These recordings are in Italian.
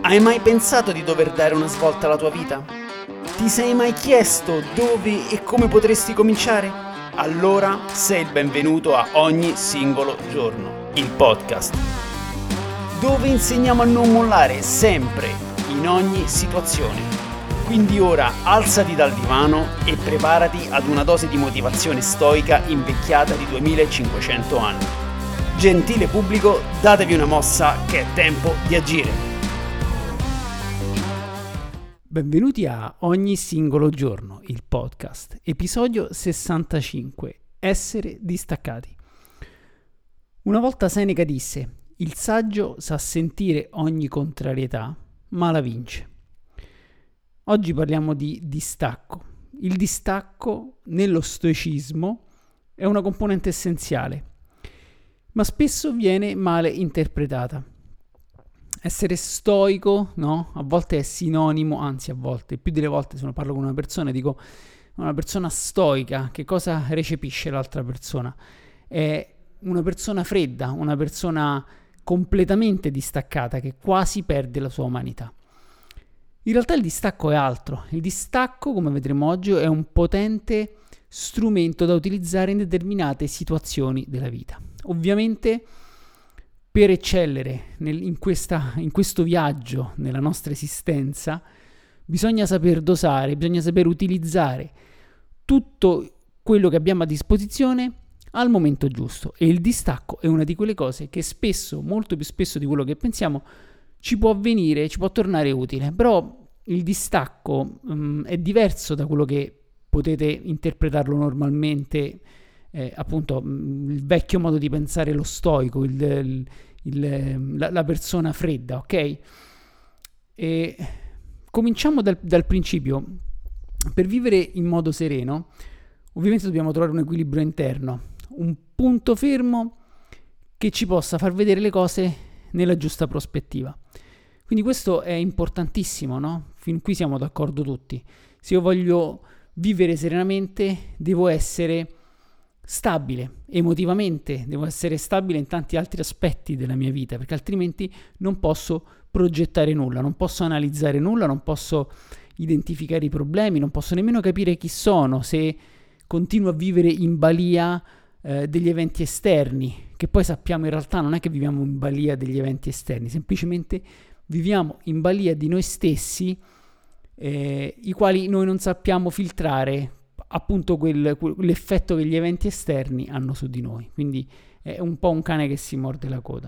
Hai mai pensato di dover dare una svolta alla tua vita? Ti sei mai chiesto dove e come potresti cominciare? Allora sei il benvenuto a Ogni Singolo Giorno, il podcast, dove insegniamo a non mollare sempre, in ogni situazione. Quindi ora alzati dal divano e preparati ad una dose di motivazione stoica invecchiata di 2500 anni. Gentile pubblico, datevi una mossa che è tempo di agire. Benvenuti a Ogni Singolo Giorno, il podcast, episodio 65, Essere distaccati. Una volta Seneca disse: il saggio sa sentire ogni contrarietà, ma la vince. Oggi parliamo di distacco. Il distacco nello stoicismo è una componente essenziale, ma spesso viene male interpretata. Essere stoico, no? A volte è sinonimo, anzi a volte, più delle volte se parlo con una persona dico una persona stoica, che cosa recepisce l'altra persona? È una persona fredda, una persona completamente distaccata, che quasi perde la sua umanità. In realtà il distacco è altro. Il distacco, come vedremo oggi, è un potente strumento da utilizzare in determinate situazioni della vita. Ovviamente, per eccellere in questo viaggio nella nostra esistenza, bisogna saper dosare, bisogna saper utilizzare tutto quello che abbiamo a disposizione al momento giusto. E il distacco è una di quelle cose che spesso, molto più spesso di quello che pensiamo, ci può avvenire, ci può tornare utile. Però il distacco è diverso da quello che potete interpretarlo normalmente. Appunto il vecchio modo di pensare, lo stoico, la persona fredda, ok? E cominciamo dal principio. Per vivere in modo sereno, ovviamente dobbiamo trovare un equilibrio interno, un punto fermo che ci possa far vedere le cose nella giusta prospettiva. Quindi questo è importantissimo, no? Fin qui siamo d'accordo tutti. Se io voglio vivere serenamente, devo essere stabile emotivamente, devo essere stabile in tanti altri aspetti della mia vita, perché altrimenti non posso progettare nulla, non posso analizzare nulla, non posso identificare i problemi, non posso nemmeno capire chi sono se continuo a vivere in balia degli eventi esterni, che poi sappiamo in realtà non è che viviamo in balia degli eventi esterni, semplicemente viviamo in balia di noi stessi, i quali noi non sappiamo filtrare, appunto quell'effetto che gli eventi esterni hanno su di noi. Quindi è un po' un cane che si morde la coda.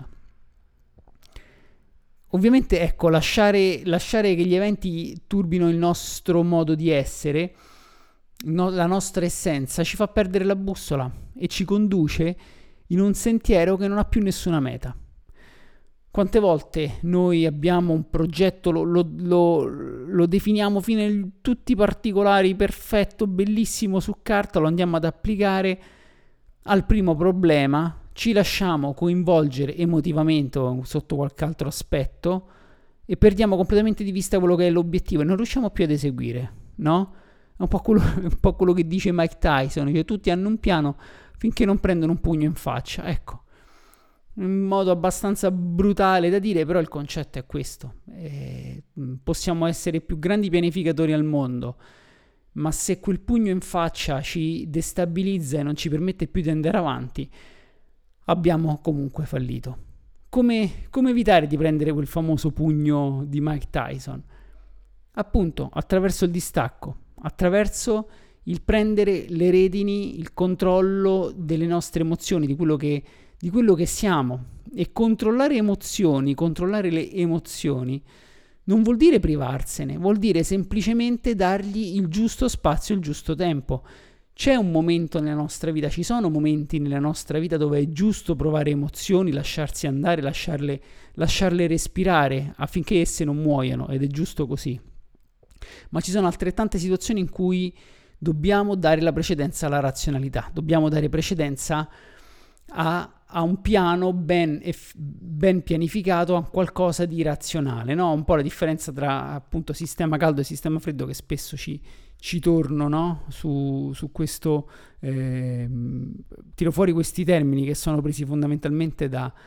Ovviamente, ecco, lasciare che gli eventi turbino il nostro modo di essere, la nostra essenza, ci fa perdere la bussola e ci conduce in un sentiero che non ha più nessuna meta. Quante volte noi abbiamo un progetto, lo definiamo fino a tutti i particolari, perfetto, bellissimo su carta, lo andiamo ad applicare al primo problema, ci lasciamo coinvolgere emotivamente sotto qualche altro aspetto e perdiamo completamente di vista quello che è l'obiettivo e non riusciamo più ad eseguire, no? È un po' quello che dice Mike Tyson, che tutti hanno un piano finché non prendono un pugno in faccia, ecco. In modo abbastanza brutale da dire, però il concetto è questo. Possiamo essere i più grandi pianificatori al mondo, ma se quel pugno in faccia ci destabilizza e non ci permette più di andare avanti, abbiamo comunque fallito. Come evitare di prendere quel famoso pugno di Mike Tyson? Appunto, attraverso il distacco, attraverso il prendere le redini, il controllo delle nostre emozioni, di quello che siamo. E controllare le emozioni non vuol dire privarsene, vuol dire semplicemente dargli il giusto spazio, il giusto tempo. C'è un momento nella nostra vita, ci sono momenti nella nostra vita dove è giusto provare emozioni, lasciarsi andare, lasciarle respirare affinché esse non muoiano, ed è giusto così. Ma ci sono altrettante situazioni in cui dobbiamo dare la precedenza alla razionalità, dobbiamo dare precedenza a un piano ben pianificato, a qualcosa di razionale, no? Un po' la differenza tra appunto sistema caldo e sistema freddo, che spesso ci torno, no? Su questo, tiro fuori questi termini che sono presi fondamentalmente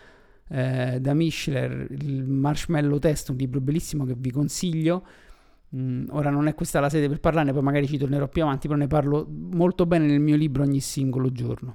da Mishler, il Marshmallow Test, un libro bellissimo che vi consiglio. Ora non è questa la sede per parlarne, poi magari ci tornerò più avanti, però ne parlo molto bene nel mio libro Ogni singolo giorno.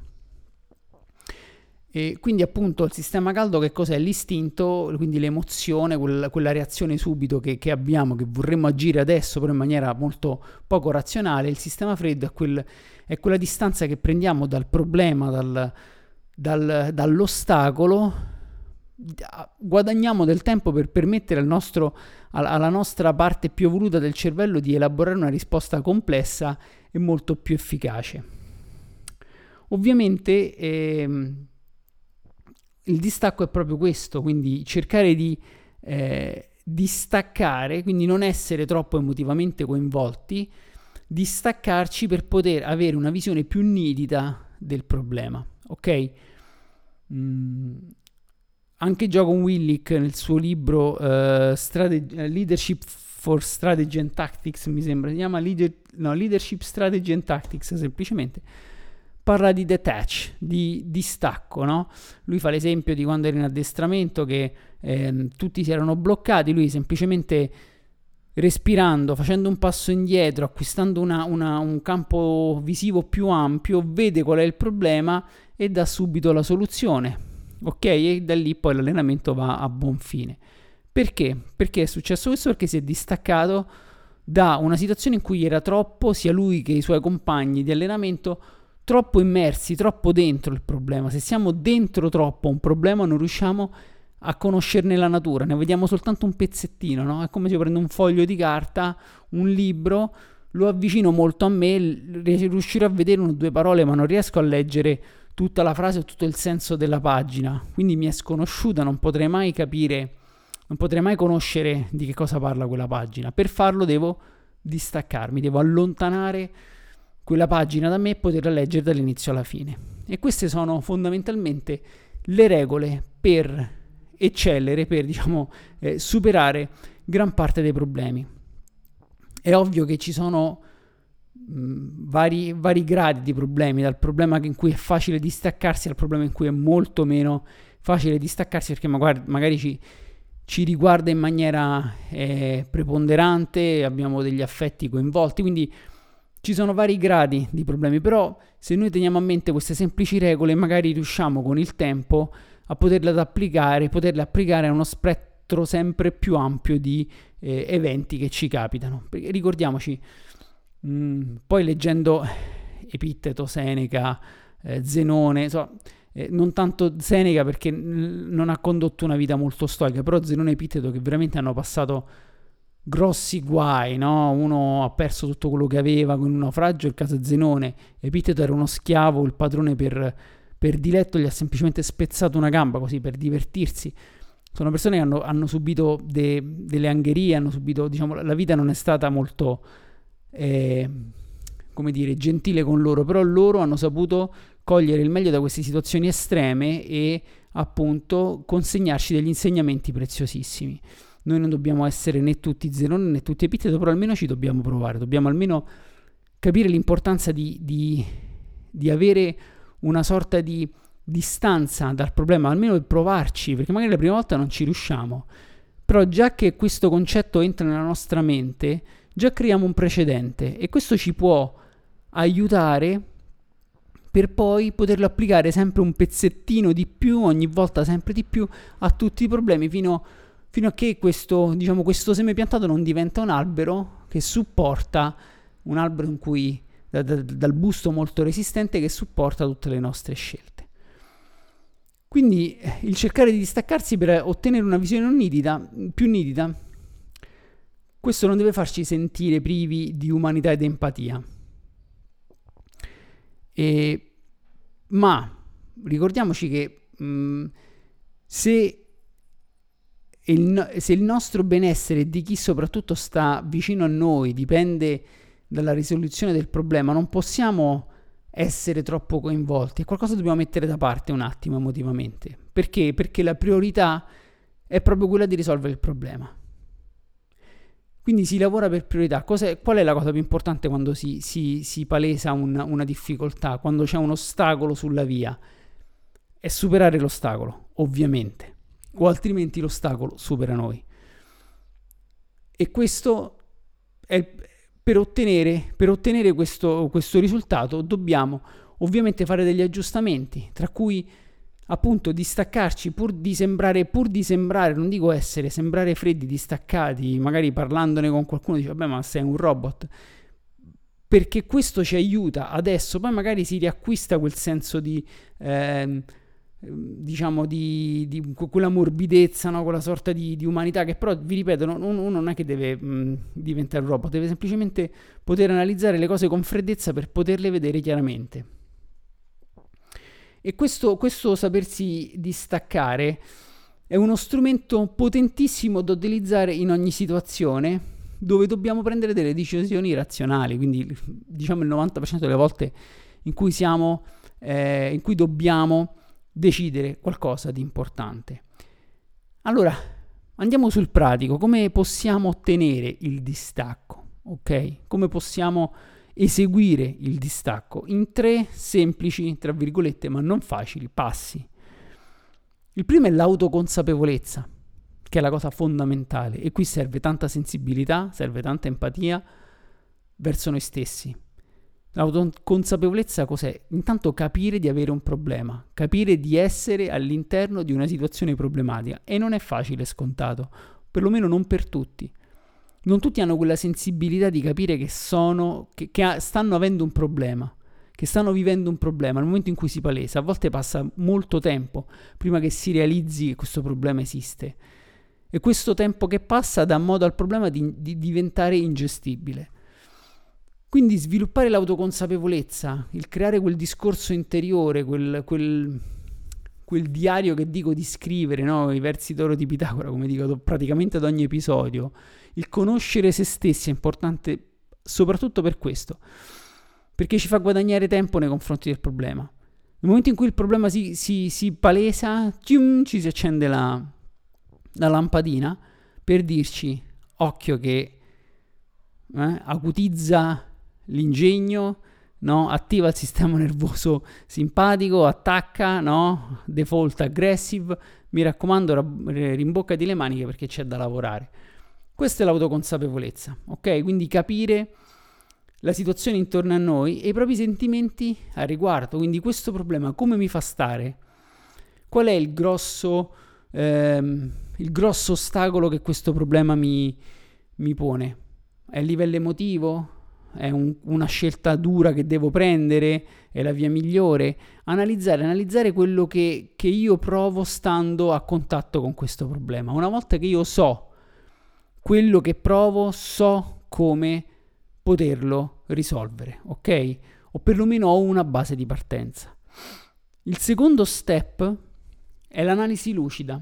E quindi appunto il sistema caldo che cos'è? L'istinto, quindi l'emozione, quella reazione subito che abbiamo, che vorremmo agire adesso però in maniera molto poco razionale. Il sistema freddo è quella distanza che prendiamo dal problema, dall'ostacolo, guadagniamo del tempo per permettere alla nostra parte più evoluta del cervello di elaborare una risposta complessa e molto più efficace. Ovviamente il distacco è proprio questo, quindi cercare di distaccare, quindi non essere troppo emotivamente coinvolti, distaccarci per poter avere una visione più nitida del problema, ok? Anche Jocko Willink nel suo libro Leadership for Strategy and Tactics, mi sembra, si chiama Leadership Strategy and Tactics semplicemente, parla di detach, di distacco, no? Lui fa l'esempio di quando era in addestramento che tutti si erano bloccati, lui semplicemente respirando, facendo un passo indietro, acquistando un campo visivo più ampio, vede qual è il problema e dà subito la soluzione, ok? E da lì poi l'allenamento va a buon fine. Perché? Perché è successo questo? Perché si è distaccato da una situazione in cui era troppo, sia lui che i suoi compagni di allenamento, troppo immersi, troppo dentro il problema. Se siamo dentro troppo un problema non riusciamo a conoscerne la natura, ne vediamo soltanto un pezzettino, no? È come se io prendo un foglio di carta, un libro, lo avvicino molto a me, riuscirò a vedere 1 o 2 parole, ma non riesco a leggere tutta la frase o tutto il senso della pagina, quindi mi è sconosciuta, non potrei mai capire, non potrei mai conoscere di che cosa parla quella pagina. Per farlo devo distaccarmi, devo allontanare quella pagina da me e poterla leggere dall'inizio alla fine. E queste sono fondamentalmente le regole per eccellere, per superare gran parte dei problemi. È ovvio che ci sono vari gradi di problemi, dal problema in cui è facile distaccarsi al problema in cui è molto meno facile distaccarsi, perché magari ci riguarda in maniera preponderante, abbiamo degli affetti coinvolti, quindi ci sono vari gradi di problemi, però se noi teniamo a mente queste semplici regole, magari riusciamo con il tempo a poterle applicare a uno spettro sempre più ampio di eventi che ci capitano. Perché ricordiamoci, poi leggendo Epitteto, Seneca, Zenone, non tanto Seneca perché non ha condotto una vita molto stoica, però Zenone e Epitteto che veramente hanno passato grossi guai, no? Uno ha perso tutto quello che aveva con un naufragio, il caso è Zenone. Epitteto era uno schiavo, il padrone per diletto gli ha semplicemente spezzato una gamba così per divertirsi. Sono persone che hanno subito delle angherie, hanno subito, la vita non è stata molto gentile con loro, però loro hanno saputo cogliere il meglio da queste situazioni estreme e appunto consegnarci degli insegnamenti preziosissimi. Noi non dobbiamo essere né tutti Zenone né tutti Epitteto, però almeno ci dobbiamo provare, dobbiamo almeno capire l'importanza di avere una sorta di distanza dal problema, almeno per provarci, perché magari la prima volta non ci riusciamo, però già che questo concetto entra nella nostra mente, già creiamo un precedente e questo ci può aiutare per poi poterlo applicare sempre un pezzettino di più, ogni volta sempre di più, a tutti i problemi fino a che questo seme piantato non diventa un albero che supporta, un albero in cui dal busto molto resistente che supporta tutte le nostre scelte. Quindi il cercare di distaccarsi per ottenere una visione più nitida, questo non deve farci sentire privi di umanità ed empatia. Ma ricordiamoci che se il nostro benessere di chi soprattutto sta vicino a noi dipende dalla risoluzione del problema, non possiamo essere troppo coinvolti, è qualcosa che dobbiamo mettere da parte un attimo emotivamente. Perché? Perché la priorità è proprio quella di risolvere il problema. Quindi si lavora per priorità. Qual è la cosa più importante quando si palesa una difficoltà, quando c'è un ostacolo sulla via? È superare l'ostacolo, ovviamente. o altrimenti l'ostacolo supera noi. E questo è per ottenere questo risultato dobbiamo ovviamente fare degli aggiustamenti, tra cui appunto distaccarci pur di sembrare, non dico sembrare freddi, distaccati, magari parlandone con qualcuno dice vabbè ma sei un robot, perché questo ci aiuta adesso, poi magari si riacquista quel senso di diciamo di quella morbidezza, no? Quella sorta di umanità che però, vi ripeto, uno non è che deve diventare un robot, deve semplicemente poter analizzare le cose con freddezza per poterle vedere chiaramente. E questo sapersi distaccare è uno strumento potentissimo da utilizzare in ogni situazione dove dobbiamo prendere delle decisioni razionali, quindi diciamo il 90% delle volte in cui dobbiamo decidere qualcosa di importante. Allora, andiamo sul pratico. Come possiamo ottenere il distacco? Ok? Come possiamo eseguire il distacco? In 3 semplici, tra virgolette, ma non facili, passi. Il primo è l'autoconsapevolezza, che è la cosa fondamentale, e qui serve tanta sensibilità, serve tanta empatia verso noi stessi. L'autoconsapevolezza cos'è? Intanto capire di avere un problema, capire di essere all'interno di una situazione problematica, e non è facile e scontato, perlomeno non per tutti. Non tutti hanno quella sensibilità di capire che stanno avendo un problema, che stanno vivendo un problema nel momento in cui si palesa. A volte passa molto tempo prima che si realizzi che questo problema esiste, e questo tempo che passa dà modo al problema di diventare ingestibile. Quindi sviluppare l'autoconsapevolezza, il creare quel discorso interiore, quel diario che dico di scrivere, no? I versi d'oro di Pitagora, come dico praticamente ad ogni episodio, il conoscere se stessi è importante soprattutto per questo, perché ci fa guadagnare tempo nei confronti del problema. Nel momento in cui il problema si palesa, ci si accende la lampadina per dirci occhio che acutizza l'ingegno, no? Attiva il sistema nervoso simpatico, attacca, no? Default aggressive. Mi raccomando, rimboccati le maniche perché c'è da lavorare. Questa è l'autoconsapevolezza, ok? Quindi capire la situazione intorno a noi e i propri sentimenti a riguardo. Quindi questo problema come mi fa stare? Qual è il grosso ostacolo che questo problema mi pone? È il livello emotivo? È una scelta dura che devo prendere? È la via migliore? Analizzare quello che io provo stando a contatto con questo problema. Una volta che io so quello che provo, so come poterlo risolvere, ok? O perlomeno ho una base di partenza. Il secondo step è l'analisi lucida.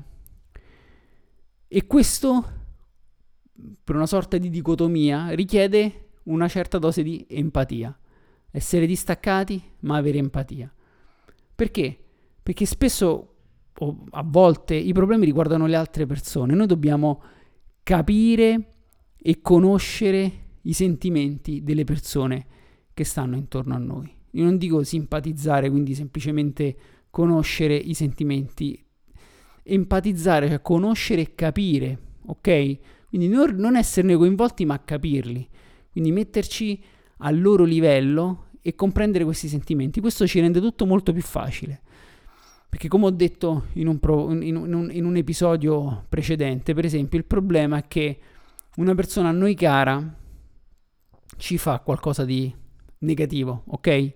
E questo, per una sorta di dicotomia, richiede una certa dose di empatia. Essere distaccati, ma avere empatia. Perché? Perché spesso, o a volte, i problemi riguardano le altre persone. Noi dobbiamo capire e conoscere i sentimenti delle persone che stanno intorno a noi. Io non dico simpatizzare, quindi semplicemente conoscere i sentimenti. Empatizzare, cioè conoscere e capire, ok? Quindi non esserne coinvolti, ma capirli. Quindi metterci al loro livello e comprendere questi sentimenti. Questo ci rende tutto molto più facile. Perché come ho detto in un episodio precedente, per esempio, il problema è che una persona a noi cara ci fa qualcosa di negativo, ok?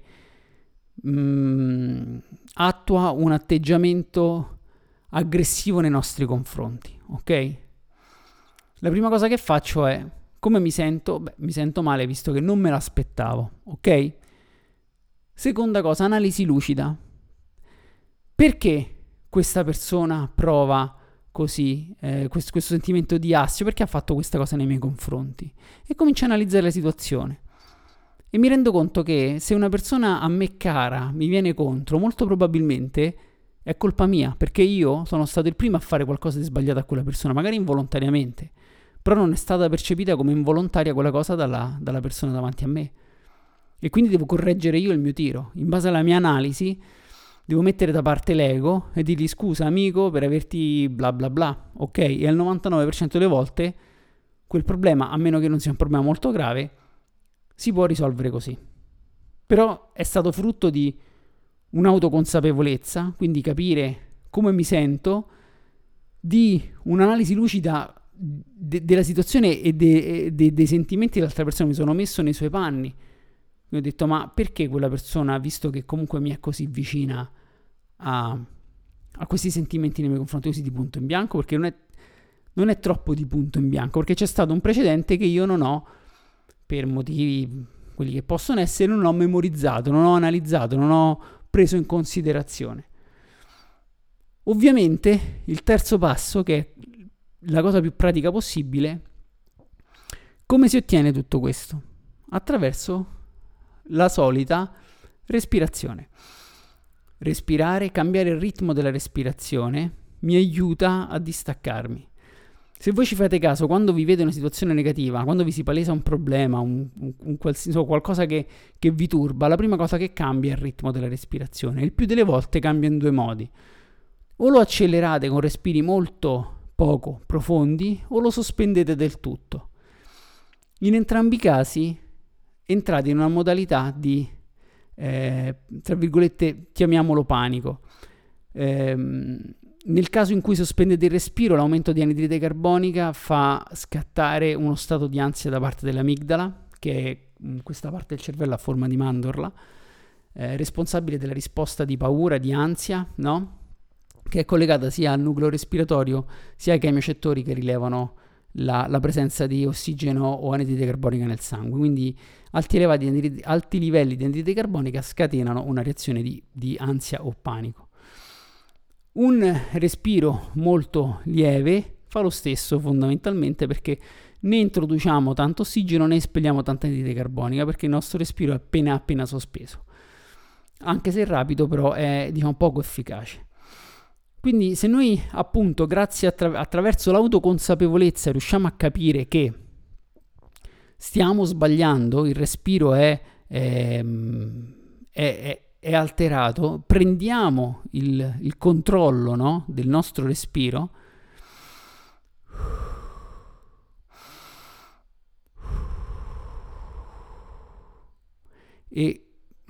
Attua un atteggiamento aggressivo nei nostri confronti, ok? La prima cosa che faccio è: come mi sento? Beh, mi sento male visto che non me l'aspettavo, ok? Seconda cosa, analisi lucida. Perché questa persona prova così, questo sentimento di astio? Perché ha fatto questa cosa nei miei confronti? E comincio a analizzare la situazione. E mi rendo conto che se una persona a me cara mi viene contro, molto probabilmente è colpa mia, perché io sono stato il primo a fare qualcosa di sbagliato a quella persona, magari involontariamente, però non è stata percepita come involontaria quella cosa dalla persona davanti a me. E quindi devo correggere io il mio tiro. In base alla mia analisi devo mettere da parte l'ego e dirgli scusa amico per averti bla bla bla, ok? E al 99% delle volte quel problema, a meno che non sia un problema molto grave, si può risolvere così. Però è stato frutto di un'autoconsapevolezza, quindi capire come mi sento, di un'analisi lucida della situazione e dei sentimenti dell'altra persona. Mi sono messo nei suoi panni. Mi ho detto, ma perché quella persona, visto che comunque mi è così vicina a questi sentimenti nei miei confronti, così di punto in bianco? Perché non è troppo di punto in bianco, perché c'è stato un precedente che io non ho, per motivi quelli che possono essere, non ho memorizzato, non ho analizzato, non ho preso in considerazione. Ovviamente il terzo passo, che è la cosa più pratica possibile, come si ottiene tutto questo? Attraverso la solita respirazione. Respirare, cambiare il ritmo della respirazione mi aiuta a distaccarmi. Se voi ci fate caso, quando vivete una situazione negativa, quando vi si palesa un problema, qualcosa che vi turba, la prima cosa che cambia è il ritmo della respirazione. Il più delle volte cambia in due modi. O lo accelerate con respiri molto poco profondi, o lo sospendete del tutto. In entrambi i casi entrate in una modalità di, tra virgolette, chiamiamolo panico. Nel caso in cui sospendete il respiro, l'aumento di anidride carbonica fa scattare uno stato di ansia da parte dell'amigdala, che è questa parte del cervello a forma di mandorla, responsabile della risposta di paura, di ansia, no? Che è collegata sia al nucleo respiratorio sia ai chemiocettori che rilevano la presenza di ossigeno o anidride carbonica nel sangue. Quindi alti livelli di anidride carbonica scatenano una reazione di ansia o panico. Un respiro molto lieve fa lo stesso fondamentalmente, perché né introduciamo tanto ossigeno né espelliamo tanta anidride carbonica, perché il nostro respiro è appena sospeso. Anche se rapido, però è poco efficace. Quindi se noi appunto grazie attraverso l'autoconsapevolezza riusciamo a capire che stiamo sbagliando, il respiro è alterato, prendiamo il controllo, no, del nostro respiro e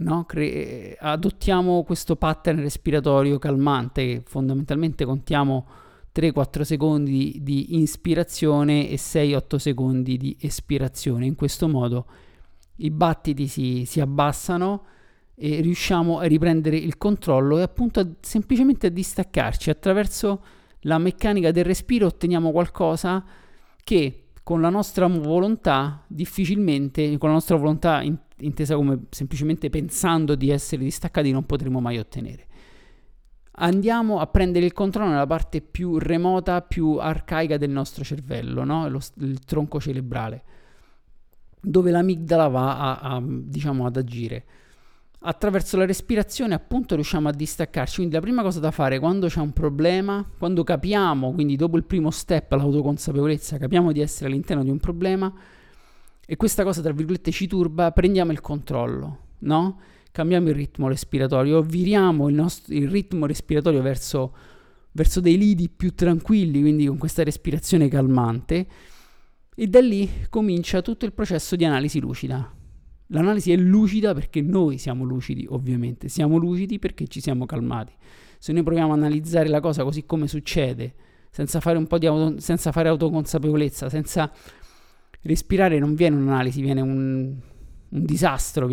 adottiamo questo pattern respiratorio calmante, che fondamentalmente contiamo 3-4 secondi di inspirazione e 6-8 secondi di espirazione. In questo modo i battiti si abbassano e riusciamo a riprendere il controllo e appunto semplicemente a distaccarci. Attraverso la meccanica del respiro otteniamo qualcosa che con la nostra volontà difficilmente, con la nostra volontà intesa come semplicemente pensando di essere distaccati, non potremo mai ottenere. Andiamo a prendere il controllo nella parte più remota, più arcaica del nostro cervello, no? Il tronco cerebrale, dove l'amigdala va ad agire. Attraverso la respirazione appunto riusciamo a distaccarci. Quindi la prima cosa da fare quando c'è un problema, quando capiamo, quindi dopo il primo step, l'autoconsapevolezza, capiamo di essere all'interno di un problema e questa cosa tra virgolette ci turba, prendiamo il controllo, no? Cambiamo il ritmo respiratorio, viriamo il ritmo respiratorio verso dei lidi più tranquilli, quindi con questa respirazione calmante, e da lì comincia tutto il processo di analisi lucida. L'analisi è lucida perché noi siamo lucidi, ovviamente. Siamo lucidi perché ci siamo calmati. Se noi proviamo a analizzare la cosa così come succede, senza fare senza fare autoconsapevolezza, senza respirare, non viene un'analisi, viene un disastro,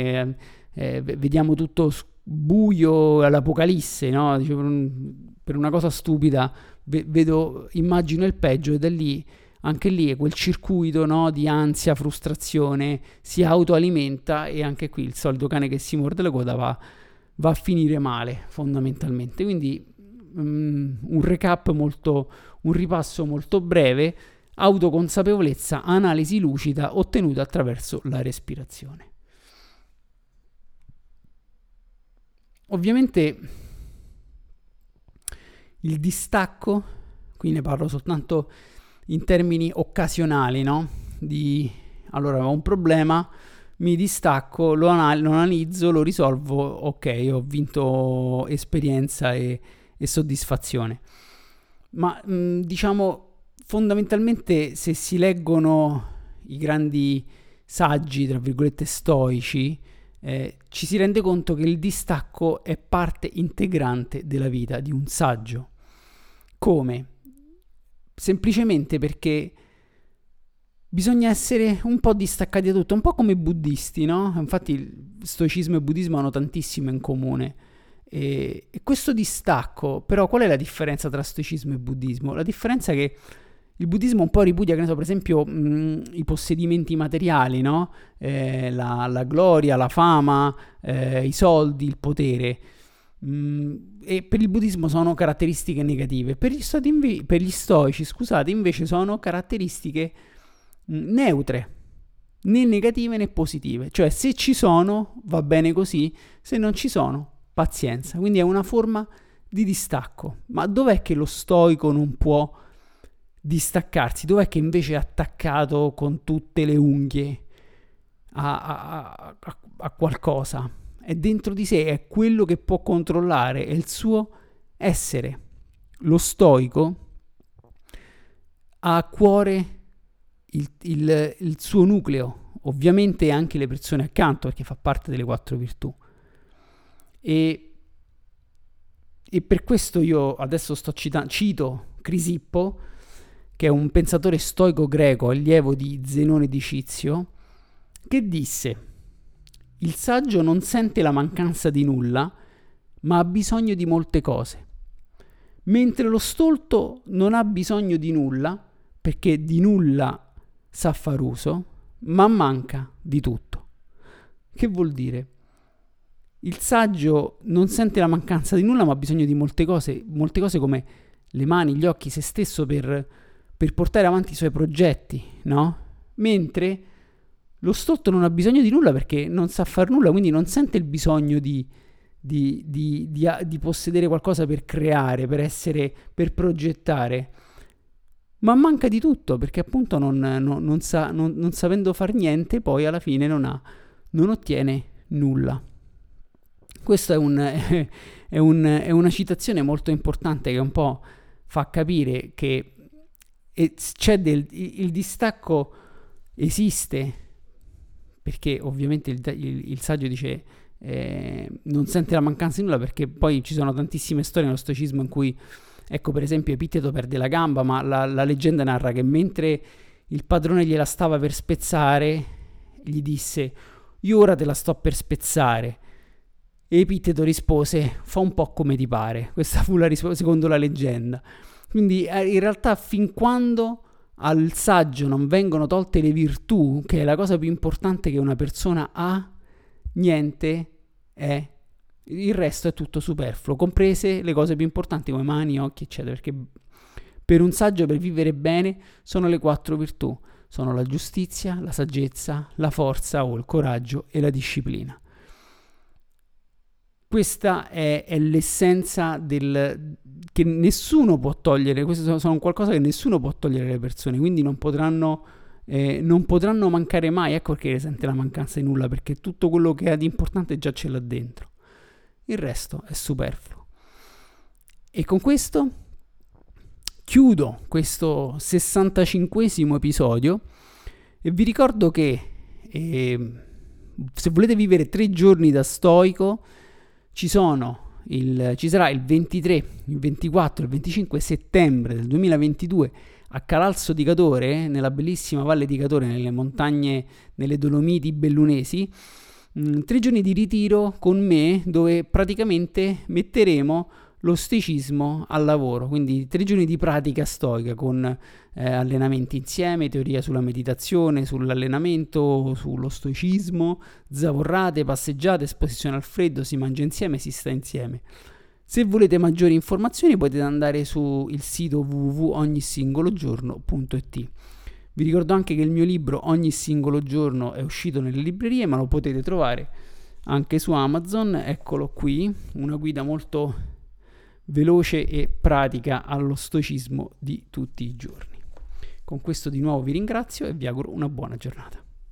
vediamo tutto buio all'apocalisse, no? Per una cosa stupida immagino il peggio, e da lì anche lì è quel circuito, no, di ansia, frustrazione, si autoalimenta, e anche qui il solito cane che si morde la coda va a finire male fondamentalmente. Quindi un ripasso molto breve: autoconsapevolezza, analisi lucida ottenuta attraverso la respirazione. Ovviamente il distacco, qui ne parlo soltanto in termini occasionali, no? Allora ho un problema, mi distacco, lo analizzo, lo risolvo, ok, ho vinto esperienza e soddisfazione. Ma diciamo, fondamentalmente, se si leggono i grandi saggi, tra virgolette, stoici, ci si rende conto che il distacco è parte integrante della vita di un saggio. Come? Semplicemente perché bisogna essere un po' distaccati da tutto, un po' come i buddisti, no? Infatti il stoicismo e il buddismo hanno tantissimo in comune. E questo distacco, però, qual è la differenza tra stoicismo e buddismo? La differenza è che il buddismo un po' ripudia, che ne so, per esempio, i possedimenti materiali, no? La gloria, la fama, i soldi, il potere. E per il buddismo sono caratteristiche negative. Per gli stoici, scusate, invece sono caratteristiche neutre, né negative né positive. Cioè, se ci sono, va bene così, se non ci sono, pazienza. Quindi è una forma di distacco. Ma dov'è che lo stoico non può distaccarsi? Dov'è che invece è attaccato con tutte le unghie a qualcosa? È dentro di sé, è quello che può controllare, è il suo essere. Lo stoico ha a cuore il suo nucleo, ovviamente anche le persone accanto, perché fa parte delle 4 virtù. E per questo io adesso cito Crisippo, che è un pensatore stoico greco, allievo di Zenone di Cizio, che disse: il saggio non sente la mancanza di nulla, ma ha bisogno di molte cose, mentre lo stolto non ha bisogno di nulla, perché di nulla sa far uso, ma manca di tutto. Che vuol dire? Il saggio non sente la mancanza di nulla, ma ha bisogno di molte cose come le mani, gli occhi, se stesso per portare avanti i suoi progetti, no? Mentre lo stolto non ha bisogno di nulla perché non sa far nulla, quindi non sente il bisogno di possedere qualcosa per creare, per progettare, ma manca di tutto perché appunto non sapendo far niente, poi alla fine non ottiene nulla. Questa è una citazione molto importante che un po' fa capire che il distacco esiste, perché ovviamente il saggio dice non sente la mancanza di nulla, perché poi ci sono tantissime storie nello stoicismo in cui, ecco, per esempio Epitteto perde la gamba, ma la leggenda narra che mentre il padrone gliela stava per spezzare, gli disse: io ora te la sto per spezzare. E Epitteto rispose: fa un po' come ti pare. Questa fu la risposta secondo la leggenda. Quindi in realtà, fin quando al saggio non vengono tolte le virtù, che è la cosa più importante che una persona ha, niente è, il resto è tutto superfluo, comprese le cose più importanti come mani, occhi, eccetera, perché per un saggio, per vivere bene, sono le 4 virtù: sono la giustizia, la saggezza, la forza o il coraggio e la disciplina. Questa è l'essenza che nessuno può togliere. Questo sono qualcosa che nessuno può togliere alle persone, quindi non potranno mancare mai. Ecco perché sente la mancanza di nulla, perché tutto quello che ha di importante già ce l'ha dentro, il resto è superfluo. E con questo chiudo questo 65esimo episodio e vi ricordo che se volete vivere 3 giorni da stoico, ci sarà il 23, il 24 e il 25 settembre del 2022 a Calalzo di Cadore, nella bellissima Valle di Cadore, nelle montagne, nelle Dolomiti bellunesi, 3 giorni di ritiro con me, dove praticamente metteremo lo stoicismo al lavoro, quindi 3 giorni di pratica stoica con allenamenti insieme, teoria sulla meditazione, sull'allenamento, sullo stoicismo, zavorrate, passeggiate, esposizione al freddo, si mangia insieme, si sta insieme. Se volete maggiori informazioni potete andare sul sito www.ognisingologiorno.it. Vi ricordo anche che il mio libro Ogni singolo giorno è uscito nelle librerie, ma lo potete trovare anche su Amazon. Eccolo qui, una guida molto veloce e pratica allo stoicismo di tutti i giorni. Con questo di nuovo vi ringrazio e vi auguro una buona giornata.